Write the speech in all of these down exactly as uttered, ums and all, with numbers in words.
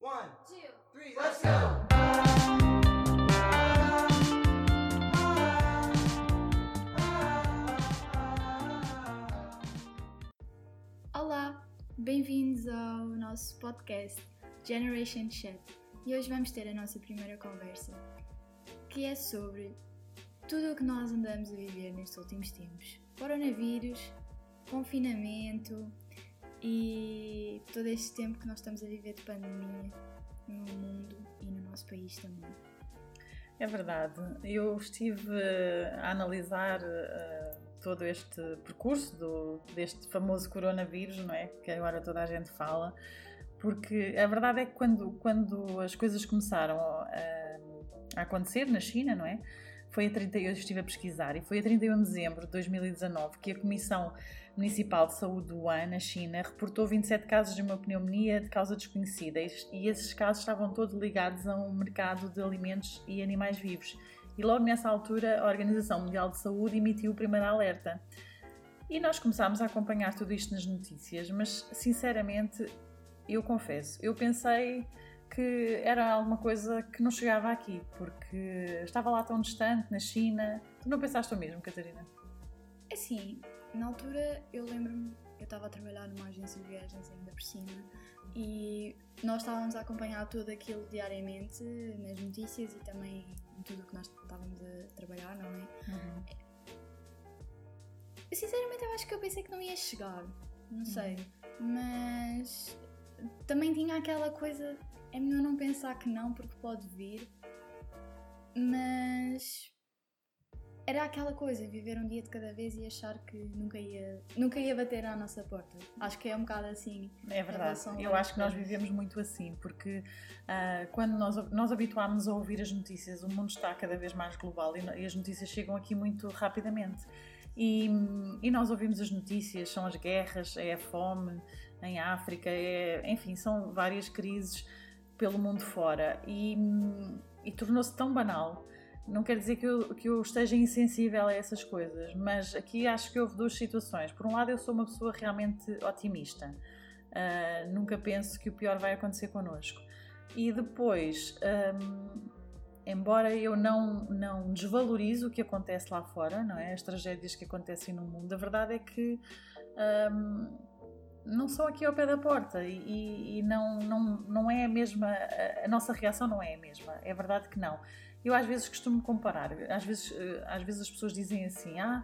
One, two, three, let's go! Olá, bem-vindos ao nosso podcast Generation Chat e hoje vamos ter a nossa primeira conversa, que é sobre tudo o que nós andamos a viver nestes últimos tempos. Coronavírus, confinamento e todo este tempo que nós estamos a viver de pandemia no mundo e no nosso país também. É verdade, eu estive a analisar uh, todo este percurso do, deste famoso coronavírus, não é? Que agora toda a gente fala, porque a verdade é que quando, quando as coisas começaram a, a acontecer na China, não é? Foi a trinta, eu estive a pesquisar e foi a trinta e um de dezembro de dois mil e dezanove que a Comissão Municipal de Saúde do Wuhan, na China, reportou vinte e sete casos de uma pneumonia de causa desconhecida e esses casos estavam todos ligados a um mercado de alimentos e animais vivos. E logo nessa altura a Organização Mundial de Saúde emitiu o primeiro alerta. E nós começámos a acompanhar tudo isto nas notícias, mas sinceramente, eu confesso, eu pensei que era alguma coisa que não chegava aqui, porque estava lá tão distante, na China. Tu não pensaste o mesmo, Catarina? Assim, na altura eu lembro-me, eu estava a trabalhar numa agência de viagens ainda por cima e nós estávamos a acompanhar tudo aquilo diariamente nas notícias e também em tudo o que nós estávamos a trabalhar, não é? Uhum. Eu, sinceramente eu acho que eu pensei que não ia chegar, não sei, uhum. Mas também tinha aquela coisa, é melhor não pensar que não porque pode vir, mas era aquela coisa, viver um dia de cada vez e achar que nunca ia, nunca ia bater à nossa porta. Acho que é um bocado assim. É verdade, eu acho que nós vivemos muito assim, porque uh, quando nós, nós habituámos a ouvir as notícias, o mundo está cada vez mais global e, e as notícias chegam aqui muito rapidamente. E, e nós ouvimos as notícias, são as guerras, é a fome em África, é, enfim, são várias crises pelo mundo fora e, e tornou-se tão banal. Não quer dizer que eu, que eu esteja insensível a essas coisas, mas aqui acho que houve duas situações. Por um lado, eu sou uma pessoa realmente otimista, uh, nunca penso que o pior vai acontecer connosco. E depois, um, embora eu não, não desvalorize o que acontece lá fora, não é? As tragédias que acontecem no mundo, a verdade é que um, não são aqui ao pé da porta e, e não, não, não é a mesma, a nossa reação não é a mesma, é verdade que não. Eu às vezes costumo comparar, às vezes, às vezes as pessoas dizem assim, ah,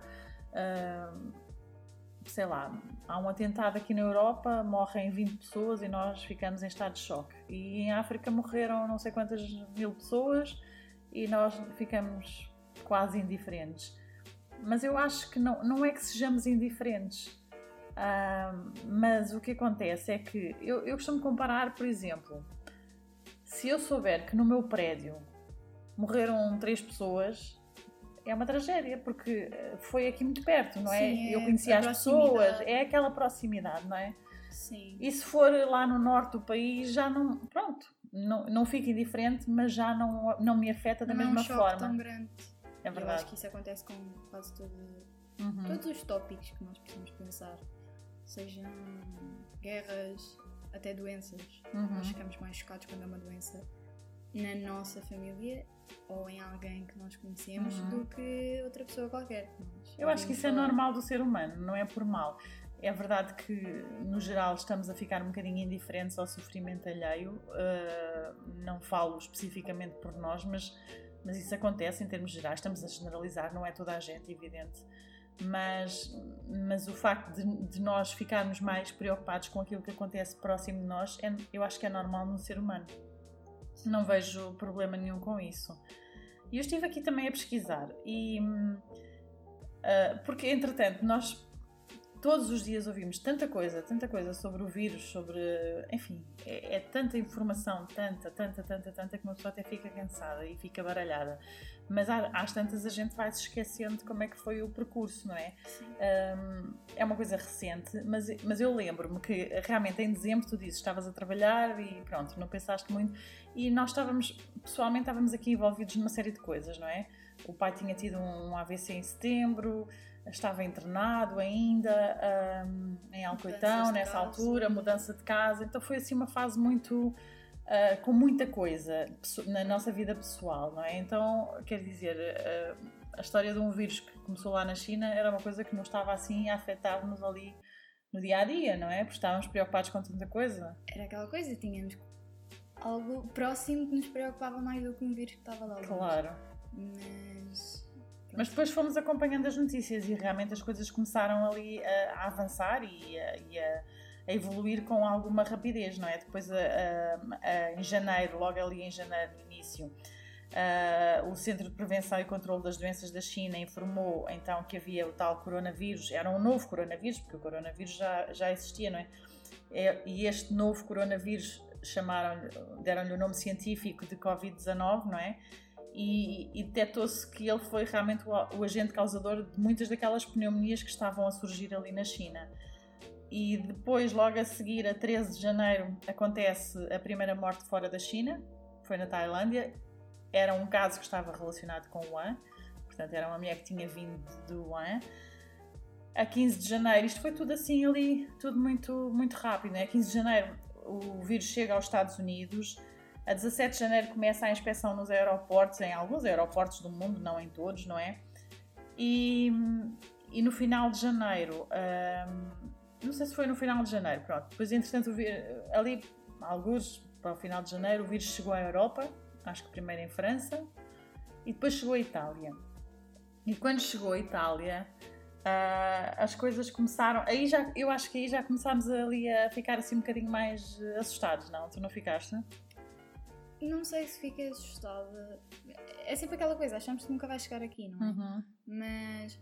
uh, sei lá, há um atentado aqui na Europa, morrem vinte pessoas e nós ficamos em estado de choque. E em África morreram não sei quantas mil pessoas e nós ficamos quase indiferentes. Mas eu acho que não, não é que sejamos indiferentes, uh, mas o que acontece é que eu, eu costumo comparar, por exemplo, se eu souber que no meu prédio morreram três pessoas, é uma tragédia, porque foi aqui muito perto, não é? Sim, é eu conhecia as pessoas, é aquela proximidade, não é? Sim. E se for lá no norte do país, já não, pronto, não, não fico indiferente, mas já não, não me afeta da não mesma é um choque forma. Tão grande. É verdade. Eu acho que isso acontece com quase todo, uhum. todos os tópicos que nós precisamos pensar, sejam guerras, até doenças. Uhum. Nós ficamos mais chocados quando é uma doença na nossa família ou em alguém que nós conhecemos uhum. do que outra pessoa qualquer. Nós Eu acho que isso falar. É normal do ser humano, não é por mal. É verdade que, no geral, estamos a ficar um bocadinho indiferentes ao sofrimento alheio. Uh, não falo especificamente por nós, mas, mas isso acontece em termos gerais. Estamos a generalizar, não é toda a gente, evidente. Mas, mas o facto de, de nós ficarmos mais preocupados com aquilo que acontece próximo de nós, é, eu acho que é normal no ser humano. Não vejo problema nenhum com isso. E eu estive aqui também a pesquisar e uh, porque entretanto nós todos os dias ouvimos tanta coisa, tanta coisa sobre o vírus, sobre, enfim, é, é tanta informação, tanta, tanta, tanta, tanta que uma pessoa até fica cansada e fica baralhada. Mas às tantas a gente vai se esquecendo de como é que foi o percurso, não é? Um, é uma coisa recente, mas, mas eu lembro-me que realmente em dezembro tu dizes, estavas a trabalhar e pronto, não pensaste muito. E nós estávamos, pessoalmente estávamos aqui envolvidos numa série de coisas, não é? O pai tinha tido um A V C em setembro, estava internado ainda, um, em Alcoitão, nessa altura, mudança de casa. Então foi assim uma fase muito, uh, com muita coisa na nossa vida pessoal, não é? Então, quer dizer, uh, a história de um vírus que começou lá na China era uma coisa que não estava assim a afetar-nos ali no dia-a-dia, não é? Porque estávamos preocupados com tanta coisa. Era aquela coisa, tínhamos algo próximo que nos preocupava mais do que um vírus que estava lá longe. Claro. Mas... Mas depois fomos acompanhando as notícias e realmente as coisas começaram ali a, a avançar e, a, e a, a evoluir com alguma rapidez, não é? Depois, a, a, a, em janeiro, logo ali em janeiro, no início, a, o Centro de Prevenção e Controlo das Doenças da China informou então que havia o tal coronavírus, era um novo coronavírus, porque o coronavírus já, já existia, não é? é e este novo coronavírus chamaram, deram-lhe o nome científico de covid dezanove, não é? E, e detectou-se que ele foi realmente o, o agente causador de muitas daquelas pneumonias que estavam a surgir ali na China. E depois, logo a seguir, a treze de janeiro, acontece a primeira morte fora da China, foi na Tailândia. Era um caso que estava relacionado com o Wuhan, portanto era uma mulher que tinha vindo do Wuhan. A quinze de janeiro, isto foi tudo assim ali, tudo muito, muito rápido, né? A quinze de janeiro o vírus chega aos Estados Unidos. A dezassete de janeiro começa a inspeção nos aeroportos, em alguns aeroportos do mundo, não em todos, não é? E, e no final de janeiro, hum, não sei se foi no final de janeiro, pronto, depois entretanto ali, alguns para o final de janeiro, o vírus chegou à Europa, acho que primeiro em França, e depois chegou à Itália. E quando chegou à Itália, uh, as coisas começaram, aí já, eu acho que aí já começámos ali a ficar assim um bocadinho mais assustados, não? Tu não ficaste? Não sei se fiquei assustada. É sempre aquela coisa, achamos que nunca vai chegar aqui, não é? Uhum. Mas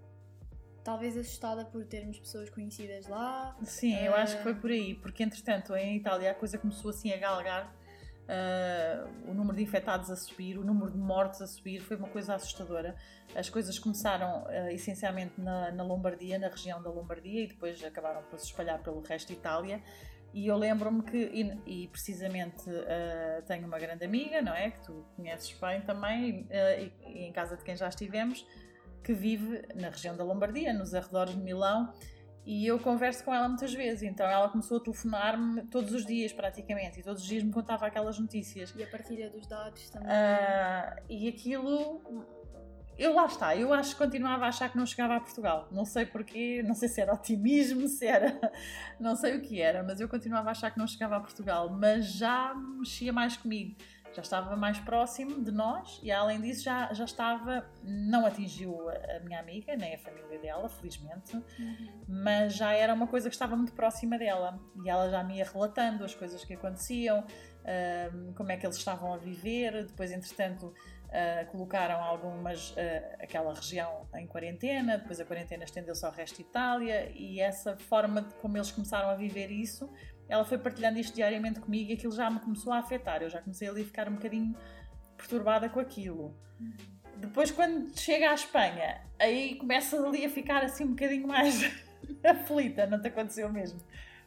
talvez assustada por termos pessoas conhecidas lá. Sim, uh... eu acho que foi por aí, porque entretanto em Itália a coisa começou assim a galgar, uh, o número de infectados a subir, o número de mortes a subir, foi uma coisa assustadora. As coisas começaram uh, essencialmente na, na Lombardia, na região da Lombardia, e depois acabaram por se espalhar pelo resto de Itália. E eu lembro-me que, e, e precisamente uh, tenho uma grande amiga, não é? Que tu conheces bem também, uh, e, e em casa de quem já estivemos, que vive na região da Lombardia, nos arredores de Milão, e eu converso com ela muitas vezes. Então ela começou a telefonar-me todos os dias praticamente, e todos os dias me contava aquelas notícias. E a partilha dos dados também. Uh, e aquilo... Eu lá está, eu acho que continuava a achar que não chegava a Portugal. Não sei porquê, não sei se era otimismo, se era... não sei o que era, mas eu continuava a achar que não chegava a Portugal. Mas já mexia mais comigo, já estava mais próximo de nós e além disso já, já estava... Não atingiu a minha amiga, nem a família dela, felizmente, uhum. Mas já era uma coisa que estava muito próxima dela. E ela já me ia relatando as coisas que aconteciam, como é que eles estavam a viver. Depois, entretanto... Uh, colocaram algumas, uh, aquela região em quarentena, depois a quarentena estendeu-se ao resto de Itália e essa forma de como eles começaram a viver isso, ela foi partilhando isto diariamente comigo e aquilo já me começou a afetar, eu já comecei ali a ficar um bocadinho perturbada com aquilo. Uhum. Depois quando chega à Espanha, aí começa ali a ficar assim um bocadinho mais aflita, não te aconteceu mesmo?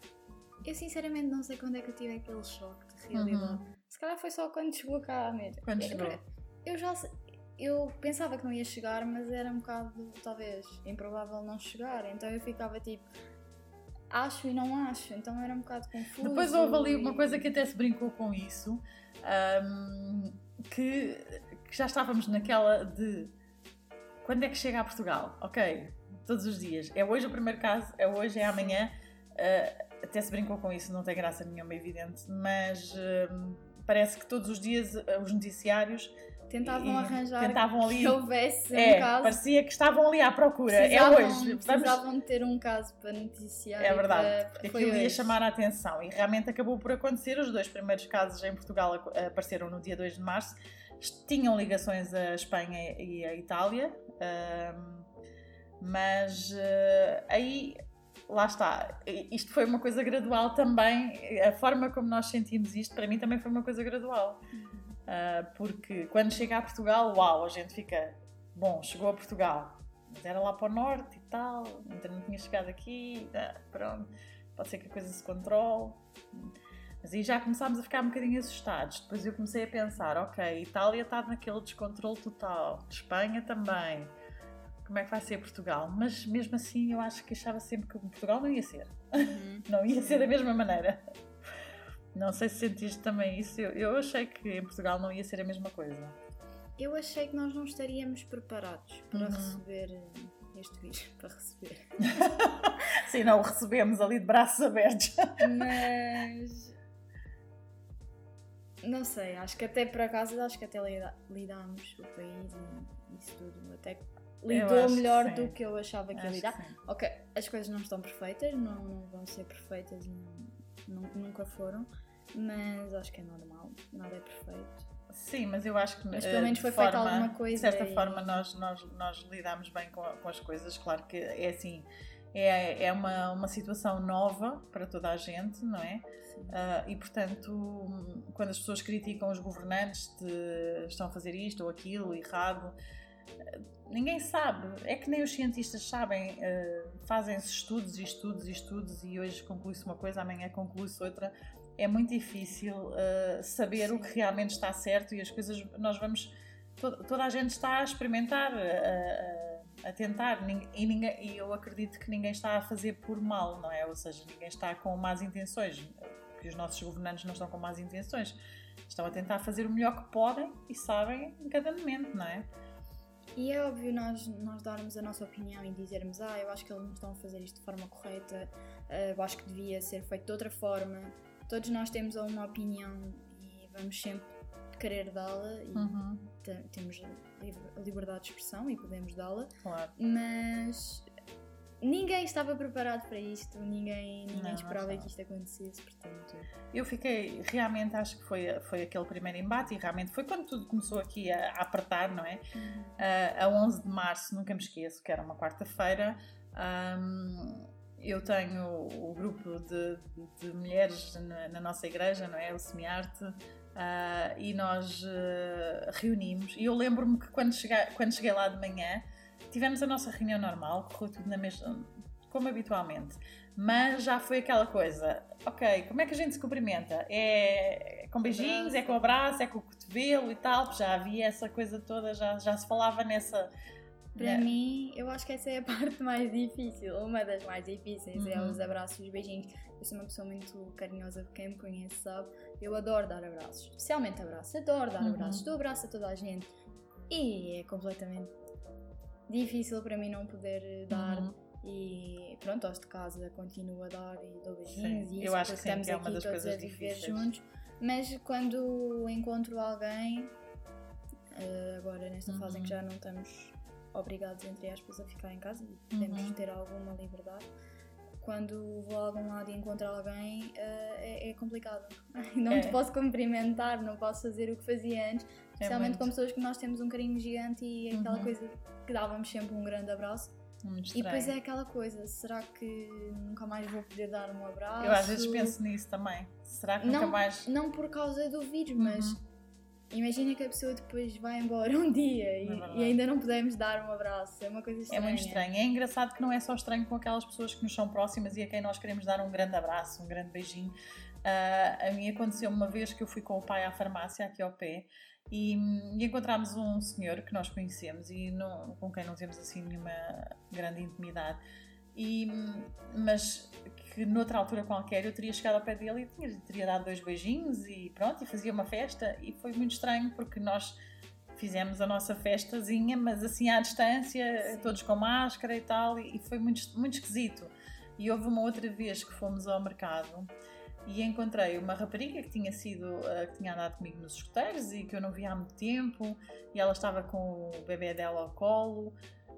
Eu sinceramente não sei quando é que eu tive aquele choque de realidade. Uhum. Se calhar foi só quando chegou cá mesmo. Quando chegou? Eu já eu pensava que não ia chegar, mas era um bocado, talvez, improvável não chegar. Então eu ficava tipo, acho e não acho. Então era um bocado confuso. Depois houve ali uma coisa que até se brincou com isso, um, que, que já estávamos naquela de quando é que chega a Portugal? Ok, todos os dias. É hoje o primeiro caso, é hoje, é amanhã. Uh, até se brincou com isso, não tem graça nenhuma, evidente, mas uh, parece que todos os dias uh, os noticiários tentavam arranjar tentavam ali, que houvesse é, um caso. Parecia que estavam ali à procura. É hoje. Precisavam Vamos... de ter um caso para noticiar. É verdade, porque aquilo ia hoje. chamar a atenção. E realmente acabou por acontecer. Os dois primeiros casos em Portugal apareceram no dia dois de março. Tinham ligações à Espanha e à Itália. Mas aí, lá está. Isto foi uma coisa gradual também. A forma como nós sentimos isto, para mim, também foi uma coisa gradual. Uh, porque quando chega a Portugal, uau, a gente fica, bom, chegou a Portugal, mas era lá para o norte e tal, ainda não tinha chegado aqui, ah, pronto, pode ser que a coisa se controle, mas aí já começámos a ficar um bocadinho assustados. Depois eu comecei a pensar, ok, Itália está naquele descontrole total, Espanha também, como é que vai ser Portugal? Mas mesmo assim eu acho que achava sempre que Portugal não ia ser, uhum. Não ia ser da mesma maneira. Não sei se sentiste também isso. Eu, eu achei que em Portugal não ia ser a mesma coisa. Eu achei que nós não estaríamos preparados para Uhum. receber este vírus, para receber. Sim, não o recebemos ali de braços abertos. Mas não sei, acho que até por acaso acho que até lida- lidámos o país e isso tudo, até que lidou acho que melhor sim. do que eu achava que ia Acho lidar. que sim. Ok, as coisas não estão perfeitas, não, não vão ser perfeitas e não, não- nunca foram, mas acho que é normal, nada é perfeito. Sim, mas eu acho que Mas eh, pelo menos de foi feita forma- alguma coisa De certa e- forma nós, nós, nós lidamos bem com, com as coisas. Claro que é assim, é, é uma, uma situação nova para toda a gente, não é? Sim. Ah, e portanto, quando as pessoas criticam os governantes de estão a fazer isto ou aquilo errado, eh, ninguém sabe. É que nem os cientistas sabem. eh, fazem-se estudos e estudos e estudos e hoje conclui-se uma coisa, amanhã conclui-se outra. É muito difícil uh, saber Sim. o que realmente está certo e as coisas, nós vamos, to, toda a gente está a experimentar, a, a, a tentar nin- e, ninguém, e eu acredito que ninguém está a fazer por mal, não é? Ou seja, ninguém está com más intenções, porque os nossos governantes não estão com más intenções, estão a tentar fazer o melhor que podem e sabem em cada momento, não é? E é óbvio nós, nós darmos a nossa opinião e dizermos ah, eu acho que eles não estão a fazer isto de forma correta, eh, eu acho que devia ser feito de outra forma. Todos nós temos uma opinião e vamos sempre querer dá-la e Uhum. te- temos a liberdade de expressão e podemos dá-la, Claro. mas ninguém estava preparado para isto, ninguém, ninguém Não, não esperava estava. que isto acontecesse, portanto... Eu fiquei, realmente acho que foi, foi aquele primeiro embate e realmente foi quando tudo começou aqui a, a apertar, não é? Uhum. Uh, a onze de março, nunca me esqueço, que era uma quarta-feira, um, eu tenho o grupo de, de mulheres na, na nossa igreja, não é? O Semiarte, uh, e nós uh, reunimos. E eu lembro-me que quando, chega, quando cheguei lá de manhã, tivemos a nossa reunião normal, correu tudo na mesma, como habitualmente. Mas já foi aquela coisa, ok, como é que a gente se cumprimenta? É com beijinhos, é com abraço, é com o cotovelo e tal, já havia essa coisa toda, já, já se falava nessa... Para né? mim, eu acho que essa é a parte mais difícil, uma das mais difíceis, é Uhum. os abraços e os beijinhos. Eu sou uma pessoa muito carinhosa, quem me conhece sabe, eu adoro dar abraços, especialmente abraços, adoro dar Uhum. abraços, dou abraço a toda a gente e é completamente difícil para mim não poder dar. Uhum. E pronto, aos de casa continuo a dar e dou beijinhos Sim, e eu isso, acho porque que sim, estamos que é uma aqui das todos a coisas viver difíceis. juntos. Mas quando encontro alguém, eh, agora nesta fase em que Uhum. já não estamos obrigados, entre aspas, a ficar em casa e podemos Uhum. ter alguma liberdade, quando vou a algum lado e encontro alguém, eh, é, é complicado. Não É. te posso cumprimentar, não posso fazer o que fazia antes, especialmente muito. com pessoas que nós temos um carinho gigante e é aquela Uhum. coisa que dávamos sempre um grande abraço. Muito E depois estranho. é aquela coisa, será que nunca mais vou poder dar um abraço? Eu às vezes penso nisso também. Será que nunca não, mais... não por causa do vírus, Uhum. mas imagina que a pessoa depois vai embora um dia e, verdade. e ainda não podemos dar um abraço, é uma coisa É estranha. muito estranho. É engraçado que não é só estranho com aquelas pessoas que nos são próximas e a quem nós queremos dar um grande abraço, um grande beijinho. Uh, a mim aconteceu uma vez que eu fui com o pai à farmácia aqui ao pé e, e encontramos um senhor que nós conhecemos e não, com quem não temos assim nenhuma grande intimidade. E, mas que noutra altura qualquer eu teria chegado ao pé dele e tinha, teria dado dois beijinhos e pronto, e fazia uma festa e foi muito estranho porque nós fizemos a nossa festazinha, mas assim à distância, Sim. todos com máscara e tal, e, e foi muito, muito esquisito. E houve uma outra vez que fomos ao mercado e encontrei uma rapariga que tinha sido, uh, que tinha andado comigo nos escuteiros e que eu não via há muito tempo e ela estava com o bebê dela ao colo.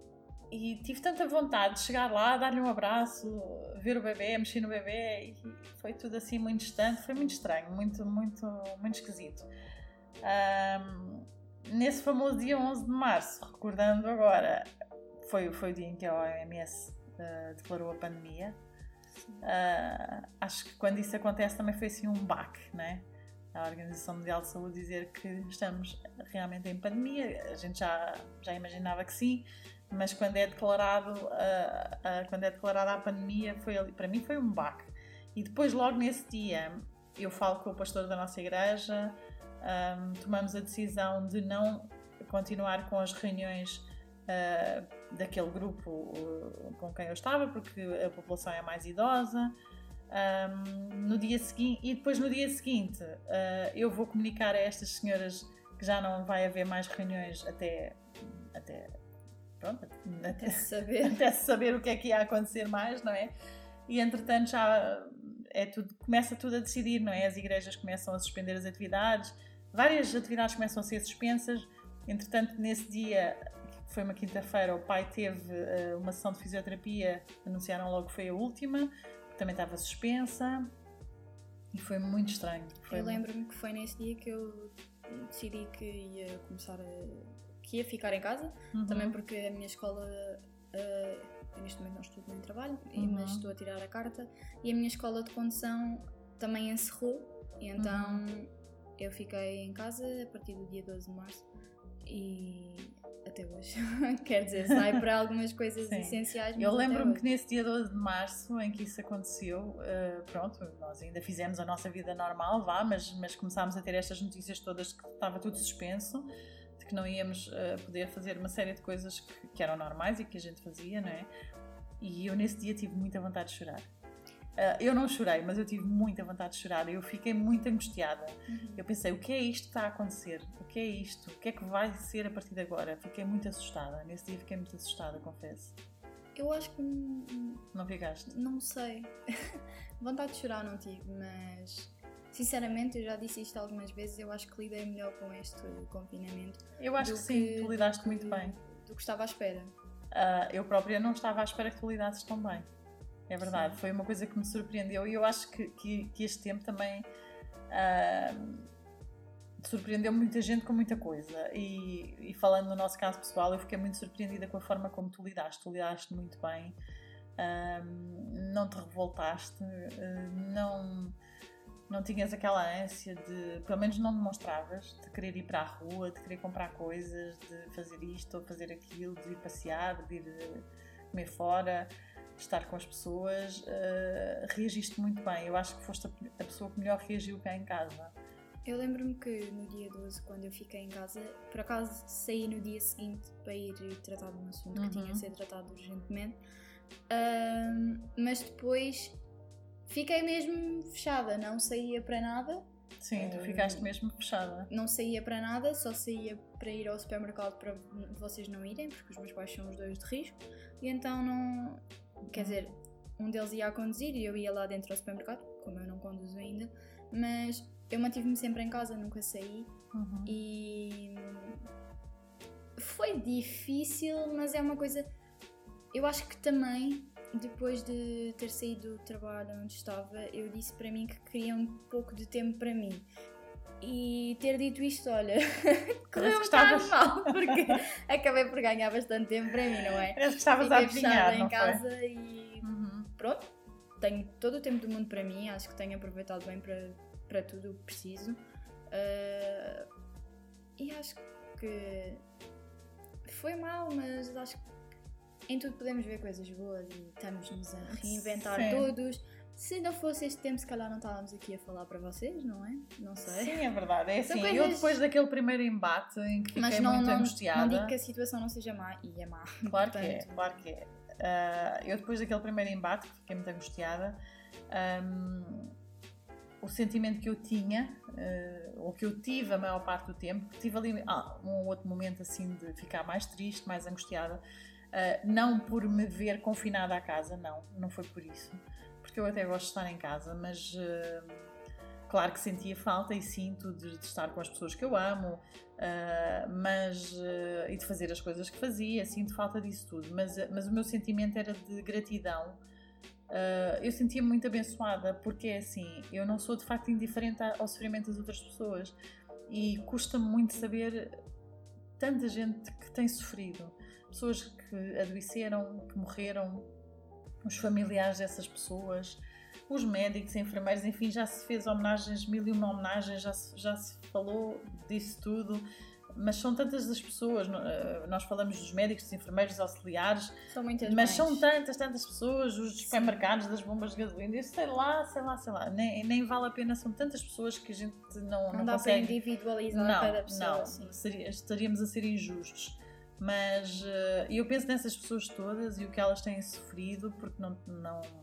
E tive tanta vontade de chegar lá, dar-lhe um abraço, ver o bebê, mexer no bebê e foi tudo assim muito distante, foi muito estranho, muito, muito, muito esquisito. Um, nesse famoso dia onze de março, recordando agora, foi, foi o dia em que a O M S uh, declarou a pandemia. Uh, acho que quando isso acontece também foi assim um baque, né? A Organização Mundial de Saúde dizer que estamos realmente em pandemia, a gente já, já imaginava que sim, mas quando é declarado uh, uh, quando é declarada a pandemia, foi ali, para mim foi um baque. E depois logo nesse dia eu falo com o pastor da nossa igreja, um, tomamos a decisão de não continuar com as reuniões uh, daquele grupo uh, com quem eu estava, porque a população é mais idosa. Um, no dia seguinte, e depois no dia seguinte uh, eu vou comunicar a estas senhoras que já não vai haver mais reuniões até, até, pronto, até, até, saber. até saber o que é que ia acontecer mais, não é? E entretanto já é tudo, começa tudo a decidir, não é? As igrejas começam a suspender as atividades, várias atividades começam a ser suspensas. Entretanto, nesse dia, que foi uma quinta-feira, o pai teve uh, uma sessão de fisioterapia, anunciaram logo que foi a última, também estava suspensa e foi muito estranho. Foi eu lembro-me que foi nesse dia que eu decidi que ia começar a... que ia ficar em casa, uhum. também porque a minha escola, uh, eu neste momento não estudo nem trabalho, uhum. mas estou a tirar a carta, e a minha escola de condução também encerrou, e então uhum. eu fiquei em casa a partir do dia doze de março e até hoje, quer dizer, sai para algumas coisas Sim. essenciais. Eu lembro-me que nesse dia doze de março em que isso aconteceu, uh, pronto, nós ainda fizemos a nossa vida normal, vá, mas, mas começámos a ter estas notícias todas que estava tudo suspenso, de que não íamos uh, poder fazer uma série de coisas que, que eram normais e que a gente fazia, não é? E eu nesse dia tive muita vontade de chorar. Uh, eu não chorei, mas eu tive muita vontade de chorar. Eu fiquei muito angustiada. Uhum. Eu pensei, o que é isto que está a acontecer? O que é isto? O que é que vai ser a partir de agora? Fiquei muito assustada. Nesse dia fiquei muito assustada, confesso. Eu acho que... Não ficaste? Não sei. Vontade de chorar não tive, mas... Sinceramente, eu já disse isto algumas vezes, eu acho que lidei melhor com este confinamento. Eu acho que sim, tu lidaste muito bem. Do que estava à espera. Uh, eu própria não estava à espera que tu lidasses tão bem. É verdade, Sim. foi uma coisa que me surpreendeu e eu acho que, que, que este tempo também uh, surpreendeu muita gente com muita coisa e, e falando no nosso caso pessoal, eu fiquei muito surpreendida com a forma como tu lidaste, tu lidaste muito bem, uh, não te revoltaste, uh, não, não tinhas aquela ânsia de, pelo menos não demonstravas, de querer ir para a rua, de querer comprar coisas, de fazer isto ou fazer aquilo, de ir passear, de ir comer fora, estar com as pessoas, uh, reagiste muito bem. Eu acho que foste a pessoa que melhor reagiu cá em casa. Eu lembro-me que no dia doze, quando eu fiquei em casa, por acaso saí no dia seguinte para ir tratar de um assunto uhum. que tinha de ser tratado urgentemente, uh, mas depois fiquei mesmo fechada, não saía para nada. Sim, tu ficaste uh, mesmo fechada. Não saía para nada, só saía para ir ao supermercado para vocês não irem, porque os meus pais são os dois de risco, e então não... Quer dizer, um deles ia a conduzir e eu ia lá dentro ao supermercado, como eu não conduzo ainda, mas eu mantive-me sempre em casa, nunca saí uhum. e foi difícil, mas é uma coisa, eu acho que também, depois de ter saído do trabalho onde estava, eu disse para mim que queria um pouco de tempo para mim. E ter dito isto, olha, correu um bocado mal, porque acabei por ganhar bastante tempo para mim, não é? Parece que estavas a adivinhar, em casa foi? E uhum. pronto, tenho todo o tempo do mundo para mim, acho que tenho aproveitado bem para, para tudo o que preciso. Uh, e acho que foi mal, mas acho que em tudo podemos ver coisas boas e estamos-nos a reinventar Sim. todos. Se não fosse este tempo, se calhar não estávamos aqui a falar para vocês, não é? Não sei. Sim, é verdade. É assim, coisas... eu depois daquele primeiro embate em que fiquei Mas não, muito não, angustiada... não digo que a situação não seja má, e é má. Claro Portanto... que é, claro que é. Uh, eu depois daquele primeiro embate, que fiquei muito angustiada, um, o sentimento que eu tinha, uh, ou que eu tive a maior parte do tempo, tive ali ah, um outro momento assim de ficar mais triste, mais angustiada, uh, não por me ver confinada à casa, não, não foi por isso. Porque eu até gosto de estar em casa, mas uh, claro que sentia falta e sinto de, de estar com as pessoas que eu amo, uh, mas, uh, e de fazer as coisas que fazia, sinto falta disso tudo, mas, mas o meu sentimento era de gratidão. Uh, eu sentia-me muito abençoada, porque é assim, eu não sou de facto indiferente ao sofrimento das outras pessoas e custa-me muito saber tanta gente que tem sofrido, pessoas que adoeceram, que morreram, os familiares dessas pessoas, os médicos, enfermeiros, enfim, já se fez homenagens, mil e uma homenagens, já se, já se falou disso tudo, mas são tantas as pessoas, nós falamos dos médicos, dos enfermeiros, dos auxiliares, são muitas mas mais. São tantas, tantas pessoas, os supermercados, das bombas de gasolina, eu sei lá, sei lá, sei lá, nem, nem vale a pena, são tantas pessoas que a gente não, não, não dá consegue... para individualizar não, cada pessoa. Não, assim. seria, estaríamos a ser injustos. Mas uh, eu penso nessas pessoas todas e o que elas têm sofrido, porque não, não,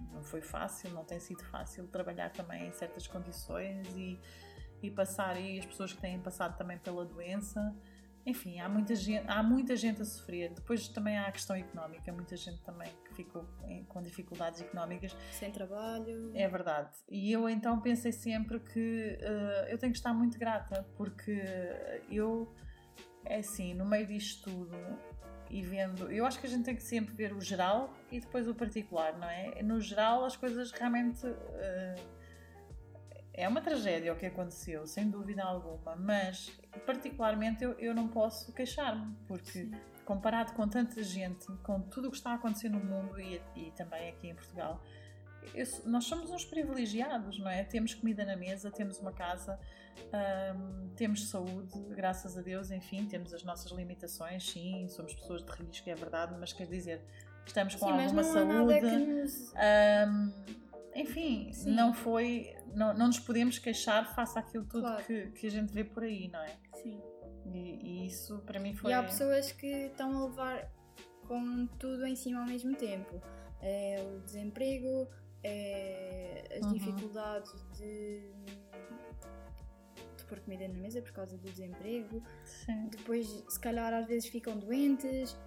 não foi fácil, não tem sido fácil trabalhar também em certas condições e, e passar aí as pessoas que têm passado também pela doença. Enfim, há muita gente, há muita gente a sofrer. Depois também há a questão económica, muita gente também que ficou com dificuldades económicas. Sem trabalho. É verdade. E eu então pensei sempre que uh, eu tenho que estar muito grata, porque eu, é assim, no meio disto tudo e vendo, eu acho que a gente tem que sempre ver o geral e depois o particular, não é? No geral as coisas realmente... Uh, é uma tragédia o que aconteceu, sem dúvida alguma, mas particularmente eu, eu não posso queixar-me, porque Sim. comparado com tanta gente, com tudo o que está a acontecer no mundo e, e também aqui em Portugal, eu, nós somos uns privilegiados, não é? Temos comida na mesa, temos uma casa, hum, temos saúde, graças a Deus, enfim, temos as nossas limitações, sim, somos pessoas de risco, é verdade, mas quer dizer, estamos com sim, alguma mas não saúde. Há nada que nos... hum, Enfim, Sim. não foi, não, não nos podemos queixar face àquilo tudo claro. que, que a gente vê por aí, não é? Sim. E, e isso para mim foi... E há pessoas que estão a levar com tudo em cima ao mesmo tempo. É o desemprego, é as uhum. dificuldades de, de pôr comida na mesa por causa do desemprego. Sim. Depois, se calhar, às vezes ficam doentes...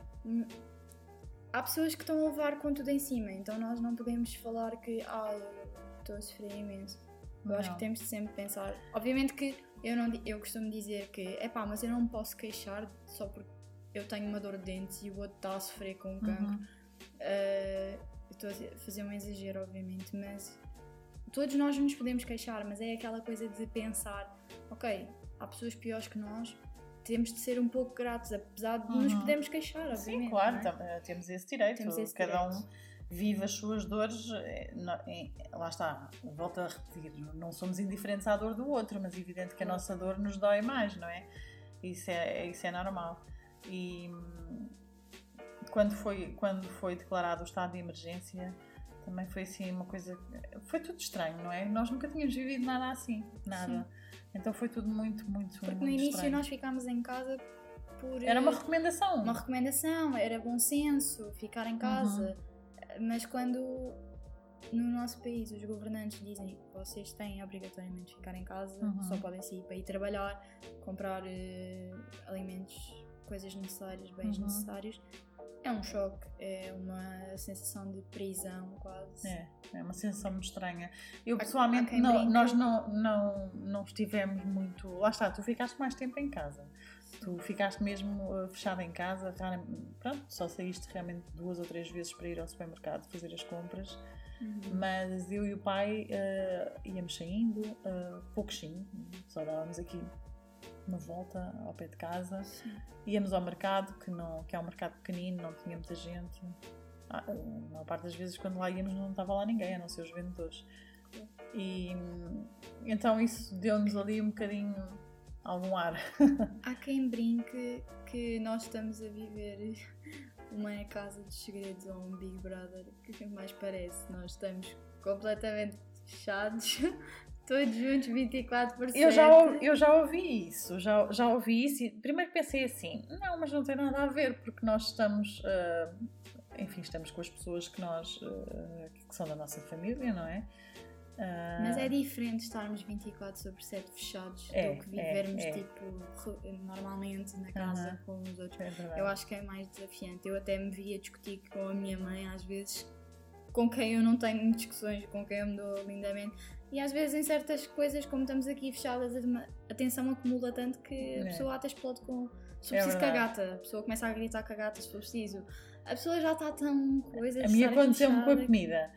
Há pessoas que estão a levar com tudo em cima, então nós não podemos falar que ah, estou a sofrer imenso. Eu não. acho que temos de sempre pensar. Obviamente que eu, não, eu costumo dizer que é pá, mas eu não me posso queixar só porque eu tenho uma dor de dentes e o outro está a sofrer com um cancro. Uhum. Uh, estou a fazer um exagero, obviamente, mas todos nós nos podemos queixar, mas é aquela coisa de pensar, ok, há pessoas piores que nós. Temos de ser um pouco gratos, apesar de uhum. nos podermos queixar, obviamente. Sim, claro, é? temos esse direito. Temos esse Cada direito. um vive as suas dores. Lá está, volto a repetir, não somos indiferentes à dor do outro, mas é evidente que a nossa dor nos dói mais, não é? Isso é, isso é normal. E quando foi, quando foi declarado o estado de emergência, também foi assim uma coisa... Foi tudo estranho, não é? Nós nunca tínhamos vivido nada assim, nada. Sim. Então foi tudo muito, muito, Porque muito no início estranho. Nós ficámos em casa por... Era uma recomendação. Uma recomendação, era bom senso, ficar em casa. Uhum. Mas quando no nosso país os governantes dizem que vocês têm obrigatoriamente de ficar em casa, uhum. só podem sair para ir trabalhar, comprar uh, alimentos, coisas necessárias, bens uhum. necessários, é um choque, é uma sensação de prisão quase. É, é uma sensação muito estranha. Eu pessoalmente, não, brinca... nós não, não, não estivemos muito... Lá está, tu ficaste mais tempo em casa. Tu ficaste mesmo uh, fechada em casa, pronto, só saíste realmente duas ou três vezes para ir ao supermercado fazer as compras, uhum. mas eu e o pai uh, íamos saindo, uh, pouquinho, só dávamos aqui uma volta ao pé de casa, Sim. íamos ao mercado, que, não, que é um mercado pequenino, não tinha muita gente. Ah, a maior parte das vezes quando lá íamos não estava lá ninguém, a não ser os vendedores. E então isso deu-nos ali um bocadinho algum ar. Há quem brinque que nós estamos a viver uma casa dos segredos ou um Big Brother, que mais parece. Nós estamos completamente fechados, todos juntos, vinte e quatro por sete. Eu já, eu já ouvi isso, já, já ouvi isso e primeiro pensei assim, não, mas não tem nada a ver, porque nós estamos, uh, enfim, estamos com as pessoas que nós, uh, que são da nossa família, não é? Uh, mas é diferente estarmos vinte e quatro sobre sete fechados é, do que vivermos é, é. tipo normalmente na casa uh-huh. com os outros. É eu acho que é mais desafiante. Eu até me via discutir com a minha mãe às vezes, com quem eu não tenho discussões, com quem eu me dou lindamente, e às vezes em certas coisas, como estamos aqui fechadas, a tensão acumula tanto que a é. pessoa até explode com se for preciso é com a gata, a pessoa começa a gritar com a gata se for preciso, a pessoa já está tão coisa. A mim aconteceu-me com a comida,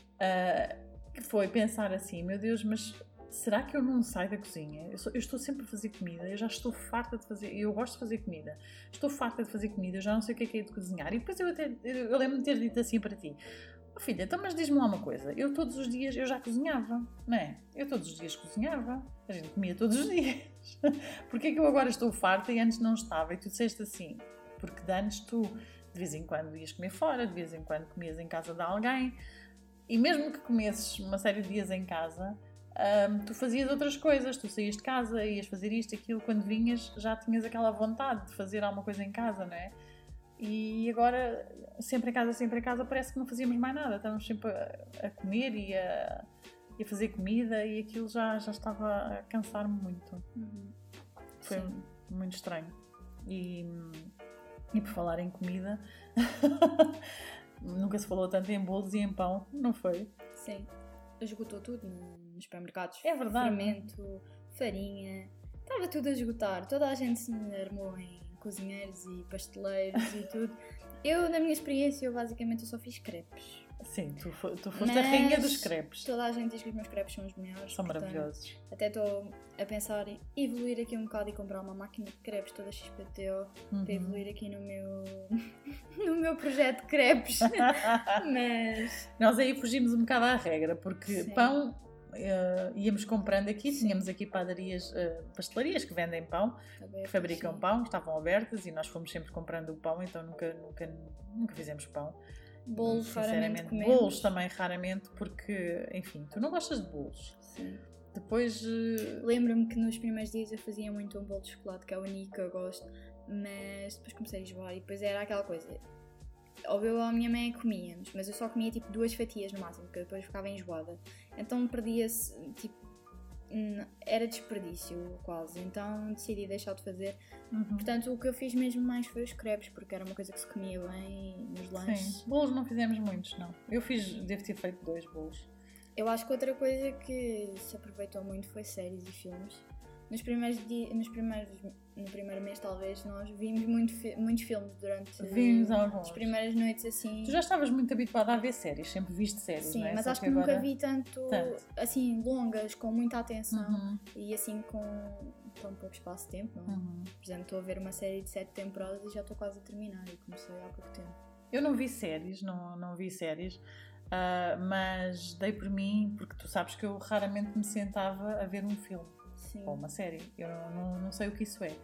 uh, que foi pensar assim, meu Deus, mas será que eu não saio da cozinha? Eu, sou, eu estou sempre a fazer comida, eu já estou farta de fazer, eu gosto de fazer comida, estou farta de fazer comida, eu já não sei o que é que é de cozinhar. E depois eu, até, eu, eu lembro-me de ter dito assim para ti, oh, filha, então mas diz-me lá uma coisa, eu todos os dias, eu já cozinhava, não é? Eu todos os dias cozinhava, a gente comia todos os dias. Porquê é que eu agora estou farta e antes não estava? E tu disseste assim, porque de antes tu de vez em quando ias comer fora, de vez em quando comias em casa de alguém, e mesmo que comesses uma série de dias em casa, um, tu fazias outras coisas, tu saías de casa, ias fazer isto, aquilo, quando vinhas já tinhas aquela vontade de fazer alguma coisa em casa, não é? E agora, sempre em casa, sempre em casa, parece que não fazíamos mais nada. Estávamos sempre a, a comer e a, e a fazer comida e aquilo já, já estava a cansar-me muito. Uhum. Foi Sim. muito estranho. E, e por falar em comida, nunca se falou tanto em bolos e em pão, não foi? Sim. Esgotou tudo nos supermercados. É verdade. Fermento, farinha, estava tudo a esgotar. Toda a gente se armou em cozinheiros e pasteleiros e tudo. Eu, na minha experiência, eu basicamente eu só fiz crepes. Sim, tu, tu foste Mas a rainha dos crepes. Toda a gente diz que os meus crepes são os melhores. São portanto, maravilhosos. Até estou a pensar em evoluir aqui um bocado e comprar uma máquina de crepes toda X P T O Uhum. para evoluir aqui no meu, no meu projeto de crepes. Mas Nós aí fugimos um bocado à regra, porque Sim. pão uh, íamos comprando aqui, Sim. tínhamos aqui padarias, uh, pastelarias que vendem pão, também que fabricam sim. pão, estavam abertas e nós fomos sempre comprando o pão, então nunca, nunca, nunca fizemos pão. Bolos raramente Sinceramente, comemos. bolos também raramente, porque, enfim, tu não gostas de bolos. Sim. Depois, uh, Lembro-me que nos primeiros dias eu fazia muito um bolo de chocolate, que é o único que eu gosto, mas depois comecei a enjoar e depois era aquela coisa. Ou eu ou a minha mãe comíamos, mas eu só comia tipo duas fatias no máximo, porque eu depois ficava enjoada. Então perdia-se, tipo, era desperdício quase, então decidi deixar de fazer. uhum. Portanto, o que eu fiz mesmo mais foi os crepes, porque era uma coisa que se comia bem nos lanches. Sim, bolos não fizemos muitos, não. Eu fiz, devo ter feito dois bolos. Eu acho que outra coisa que se aproveitou muito foi séries e filmes. Nos primeiros dias, nos primeiros, no primeiro mês talvez, nós vimos muito fi- muitos filmes durante Vimos alguns. as primeiras noites assim. Tu já estavas muito habituada a ver séries, sempre viste séries, Sim, não é? mas Só acho que, agora... nunca vi tanto, Tanto. assim, longas, com muita atenção Uhum. e assim com tão pouco espaço de tempo, não é? Uhum. Por exemplo, estou a ver uma série de sete temporadas e já estou quase a terminar e comecei há pouco tempo. Eu não vi séries, não, não vi séries, uh, mas dei por mim, porque tu sabes que eu raramente me sentava a ver um filme. Sim. Ou uma série, eu não, não, não sei o que isso é.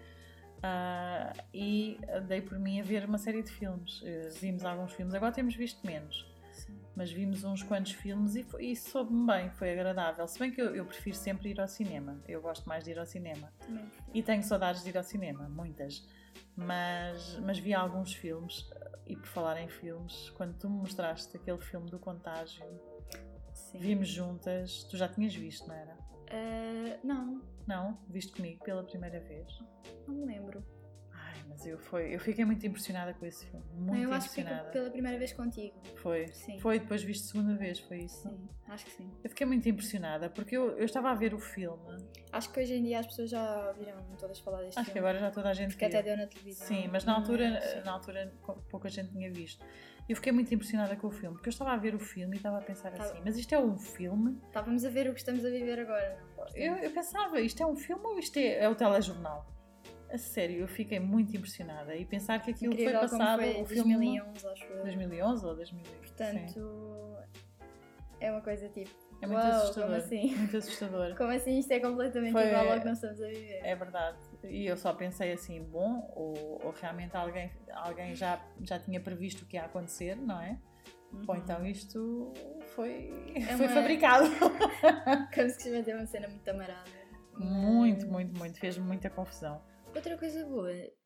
Uh, e dei por mim a ver uma série de filmes. Uh, vimos alguns filmes, agora temos visto menos, Sim. mas vimos uns quantos filmes e, foi, e soube-me bem, foi agradável. Se bem que eu, eu prefiro sempre ir ao cinema, eu gosto mais de ir ao cinema. Também. E tenho saudades de ir ao cinema, muitas. Mas, mas vi alguns filmes, e por falar em filmes, quando tu me mostraste aquele filme do Contágio, Sim. vimos juntas, tu já tinhas visto, não era? Uh, não, Não? Viste comigo pela primeira vez? não me lembro. Ai, mas eu, foi, eu fiquei muito impressionada com esse filme, muito Não, eu acho que fico impressionada. pela primeira vez contigo. Foi, Sim. foi, depois viste segunda vez, foi isso? Sim, acho que sim. Eu fiquei muito impressionada, porque eu, eu estava a ver o filme, Acho que hoje em dia as pessoas já ouviram todas falar deste acho que filme. agora já toda a gente Porque viu. até deu na televisão. Sim, mas na altura, Mas, na altura pouca gente tinha visto. Eu fiquei muito impressionada com o filme, porque eu estava a ver o filme e estava a pensar Tá. assim, mas isto é um filme? Estávamos a ver o que estamos a viver agora, não? Eu, eu pensava, isto é um filme ou isto é, é o telejornal? A sério, eu fiquei muito impressionada e pensar que aquilo Incrível foi como passado, foi o filme... dois mil e onze, acho eu. dois mil e onze ou dois mil e onze? Portanto, Sim. é uma coisa tipo, É muito uau, assustador. como assim? Muito assustador. Como assim isto é completamente Foi- igual ao que nós estamos a viver? É verdade. E eu só pensei assim, bom, ou, ou realmente alguém, alguém já, já tinha previsto o que ia acontecer, não é? Uhum. Ou então isto foi, É foi uma- fabricado. Como se costuma ter uma cena muito amarada. Muito, muito, muito. Fez muita confusão. Outra coisa boa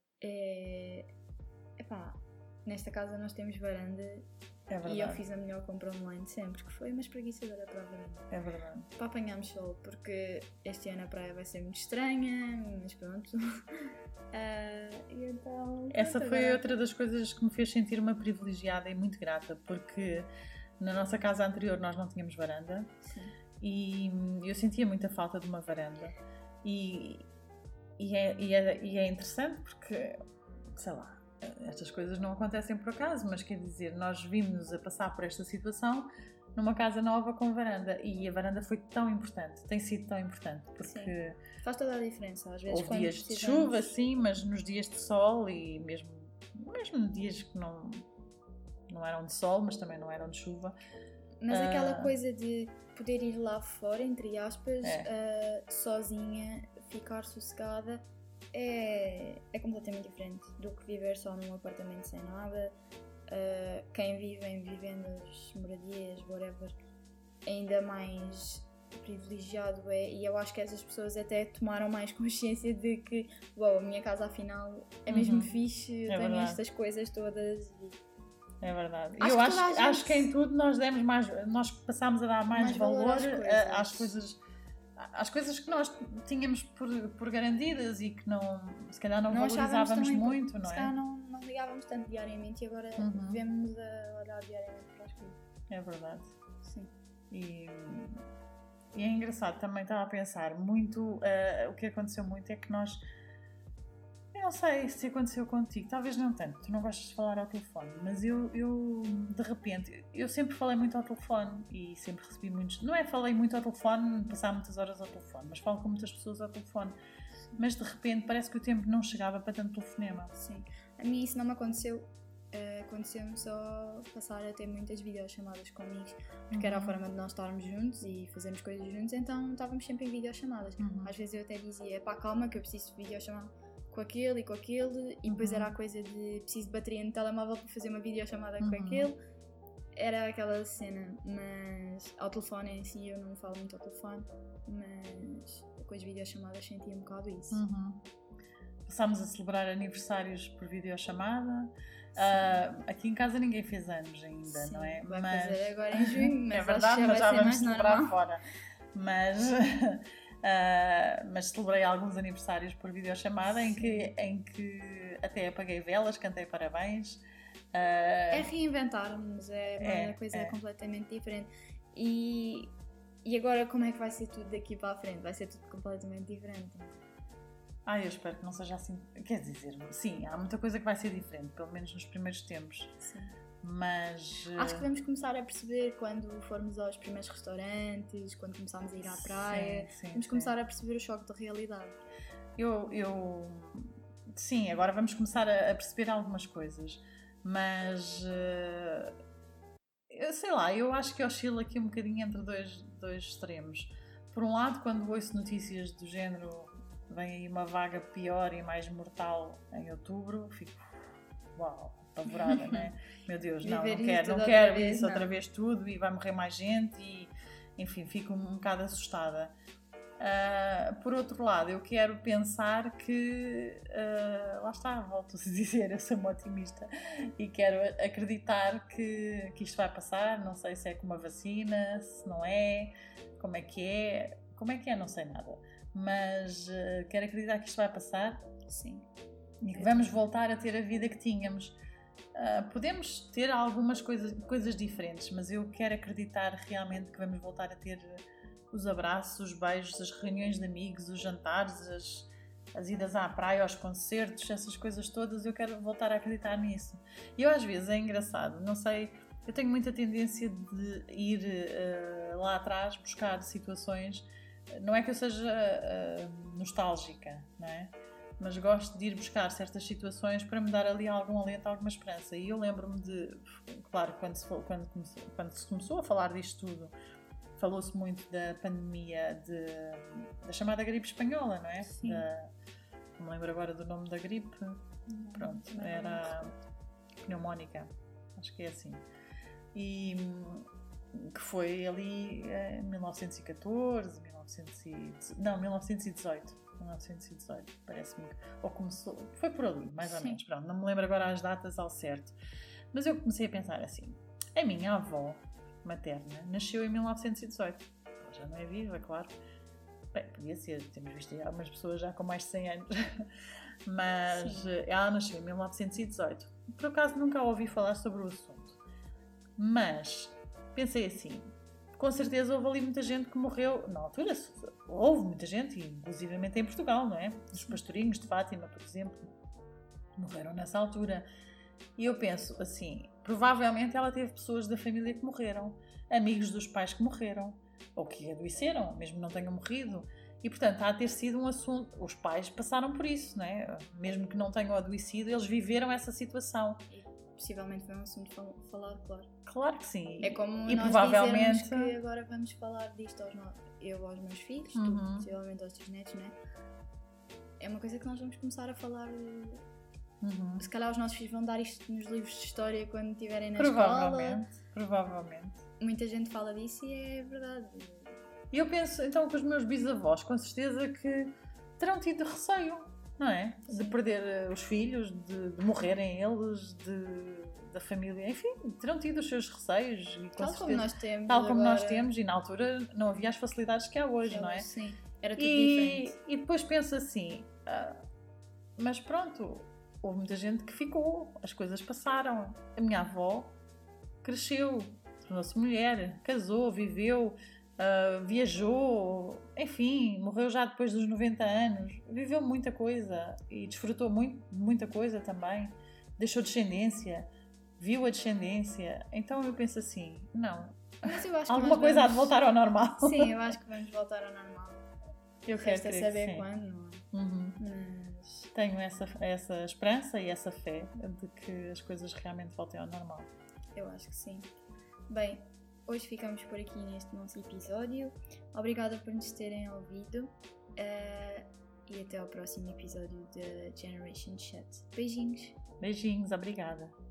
é... Epá, nesta casa nós temos varanda É verdade. e eu fiz a melhor compra online de sempre, que foi uma espreguiçadora para a varanda. É verdade. Para apanharmos sol, porque este ano a praia vai ser muito estranha, mas pronto. Ah, e então, Essa pronto, foi agora- outra das coisas que me fez sentir uma privilegiada e muito grata, porque na nossa casa anterior nós não tínhamos varanda Sim. e eu sentia muita falta de uma varanda. E, e, é, e, é, e é interessante porque, sei lá, estas coisas não acontecem por acaso, mas quer dizer, nós vimos-nos a passar por esta situação numa casa nova com varanda e a varanda foi tão importante, tem sido tão importante, porque Faz toda a diferença, às vezes houve quando dias de precisamos- chuva, sim, mas nos dias de sol e mesmo, mesmo dias que não, não eram de sol, mas também não eram de chuva. Mas Ah. aquela coisa de poder ir lá fora, entre aspas, É. ah, sozinha, ficar sossegada, é, é completamente diferente do que viver só num apartamento sem nada. Ah, quem vive em vivendas, moradias, whatever, ainda mais privilegiado é, e eu acho que essas pessoas até tomaram mais consciência de que, uau, a minha casa afinal é mesmo Uhum. fixe, É tenho verdade. estas coisas todas. E... É verdade. Acho eu que acho, toda a gente- acho que em tudo nós demos mais, nós passámos a dar mais, Mais valor valor, às a- coisas. às coisas, às coisas que nós tínhamos por, por garantidas e que não, se calhar não, Não achávamos valorizávamos tão impo- muito, não se é? calhar não, não ligávamos tanto diariamente e agora Uhum. vemos a olhar diariamente para as coisas. É verdade. Sim. E, e é engraçado, também estava a pensar muito, eh, o que aconteceu muito é que nós, eu não sei se aconteceu contigo, talvez não tanto, tu não gostas de falar ao telefone, mas eu, eu de repente, eu sempre falei muito ao telefone e sempre recebi muitos, não é falei muito ao telefone, passar muitas horas ao telefone, mas falo com muitas pessoas ao telefone, mas de repente parece que o tempo não chegava para tanto telefonema. Sim. A mim isso não me aconteceu. Uh, aconteceu-me só passar a ter muitas videochamadas com amigos, porque Uhum. era a forma de nós estarmos juntos e fazermos coisas juntos, então estávamos sempre em videochamadas. Uhum. Às vezes eu até dizia, pá, calma que eu preciso de videochamar com aquele e com aquele, e depois Uhum. era a coisa de preciso de bateria no telemóvel para fazer uma videochamada Uhum. com aquele. Era aquela cena, mas ao telefone em si eu não falo muito ao telefone, mas com as videochamadas sentia um bocado isso. Uhum. Passámos a celebrar aniversários por videochamada. Uh, aqui em casa ninguém fez anos ainda, Sim, não é? vai Mas fazer agora em junho, mas é acho verdade, que mas já já vai vamos ser mais celebrar normal. fora. Mas, uh, mas celebrei alguns aniversários por videochamada em que, em que até apaguei velas, cantei parabéns. Uh, É reinventar-nos, é uma É, coisa é. completamente diferente. E, e agora como é que vai ser tudo daqui para a frente? Vai ser tudo completamente diferente. Ah, eu espero que não seja assim. Quer dizer, sim, há muita coisa que vai ser diferente, pelo menos nos primeiros tempos. Sim. Mas. Acho que vamos começar a perceber quando formos aos primeiros restaurantes, quando começarmos a ir à praia. Sim, sim, vamos sim. começar a perceber o choque da realidade. Eu, eu. Sim, agora vamos começar a, a perceber algumas coisas, mas. eh, eu sei lá, eu acho que oscilo aqui um bocadinho entre dois, dois extremos. Por um lado, quando ouço notícias do género, vem aí uma vaga pior e mais mortal em outubro, fico. Uau! Apavorada, não é? Meu Deus, não, Viver não isso quero, tudo não outra quero vez, isso não. outra vez tudo e vai morrer mais gente e, enfim, fico um, um bocado assustada. Ah, por outro lado, eu quero pensar que, ah, lá está, volto a dizer, eu sou uma otimista e quero acreditar que, que isto vai passar, não sei se é com uma vacina, se não é, como é que é, como é que é, não sei nada, mas ah, quero acreditar que isto vai passar. Sim. E que vamos voltar a ter a vida que tínhamos. Uh, podemos ter algumas coisas, coisas diferentes, mas eu quero acreditar realmente que vamos voltar a ter os abraços, os beijos, as reuniões de amigos, os jantares, as, as idas à praia, aos concertos, essas coisas todas. Eu quero voltar a acreditar nisso. E eu às vezes é engraçado, não sei, eu tenho muita tendência de ir uh, lá atrás buscar situações. Não é que eu seja uh, nostálgica, não é? Mas gosto de ir buscar certas situações para me dar ali algum alento, alguma esperança. E eu lembro-me de, claro, quando se, quando, comecei, quando se começou a falar disto tudo, falou-se muito da pandemia, de, da chamada gripe espanhola, não é? Sim. Da, não me lembro agora do nome da gripe. Pronto, não, não era pneumónica, acho que é assim. E que foi ali em mil novecentos e catorze, mil novecentos e, não, mil novecentos e dezoito. mil novecentos e dezoito, parece-me, ou começou, foi por ali, mais ou Sim. menos, pronto, não me lembro agora as datas ao certo, mas eu comecei a pensar assim, a minha avó materna nasceu em mil novecentos e dezoito, ela já não é viva, claro, bem, podia ser, temos visto aí algumas pessoas já com mais de cem anos, mas Sim. ela nasceu em mil novecentos e dezoito, por acaso nunca ouvi falar sobre o assunto, mas pensei assim, com certeza houve ali muita gente que morreu na altura, houve muita gente, inclusivamente em Portugal, não é? Os pastorinhos de Fátima, por exemplo, morreram nessa altura. E eu penso assim, provavelmente ela teve pessoas da família que morreram, amigos dos pais que morreram, ou que adoeceram, mesmo não tenham morrido. E, portanto, há a ter sido um assunto, os pais passaram por isso, não é? Mesmo que não tenham adoecido, eles viveram essa situação. Possivelmente foi um assunto fal- falado, claro. Claro que sim. É como e nós provavelmente dizermos que agora vamos falar disto aos no... eu aos meus filhos, Uhum. tu possivelmente aos teus netos, não é? É uma coisa que nós vamos começar a falar. Uhum. Se calhar os nossos filhos vão dar isto nos livros de história quando estiverem na escola. Provavelmente, provavelmente. Muita gente fala disso e é verdade. E eu penso, então, que os meus bisavós, com certeza que terão tido receio, não é? De perder os filhos, de, de morrerem eles, de, da família, enfim, terão tido os seus receios. E, com Tal certeza, como nós temos. Tal como agora, nós temos, e na altura não havia as facilidades que há hoje, não é? Sim, era tudo E, diferente. e depois penso assim, ah, mas pronto, houve muita gente que ficou, as coisas passaram. A minha avó cresceu, tornou-se mulher, casou, viveu, uh, viajou, enfim, morreu já depois dos noventa anos, viveu muita coisa e desfrutou muito, muita coisa também, deixou descendência, viu a descendência. Então eu penso assim, não, Mas eu acho que alguma nós coisa há de vamos- voltar ao normal. Sim, eu acho que vamos voltar ao normal. Eu quero Resta crer saber que sim. quando, não é? Uhum. Mas Tenho essa, essa esperança e essa fé de que as coisas realmente voltem ao normal. eu acho que sim. Bem, hoje ficamos por aqui neste nosso episódio. Obrigada por nos terem ouvido. eh, e até ao próximo episódio da Generation Chat. Beijinhos! Beijinhos, obrigada.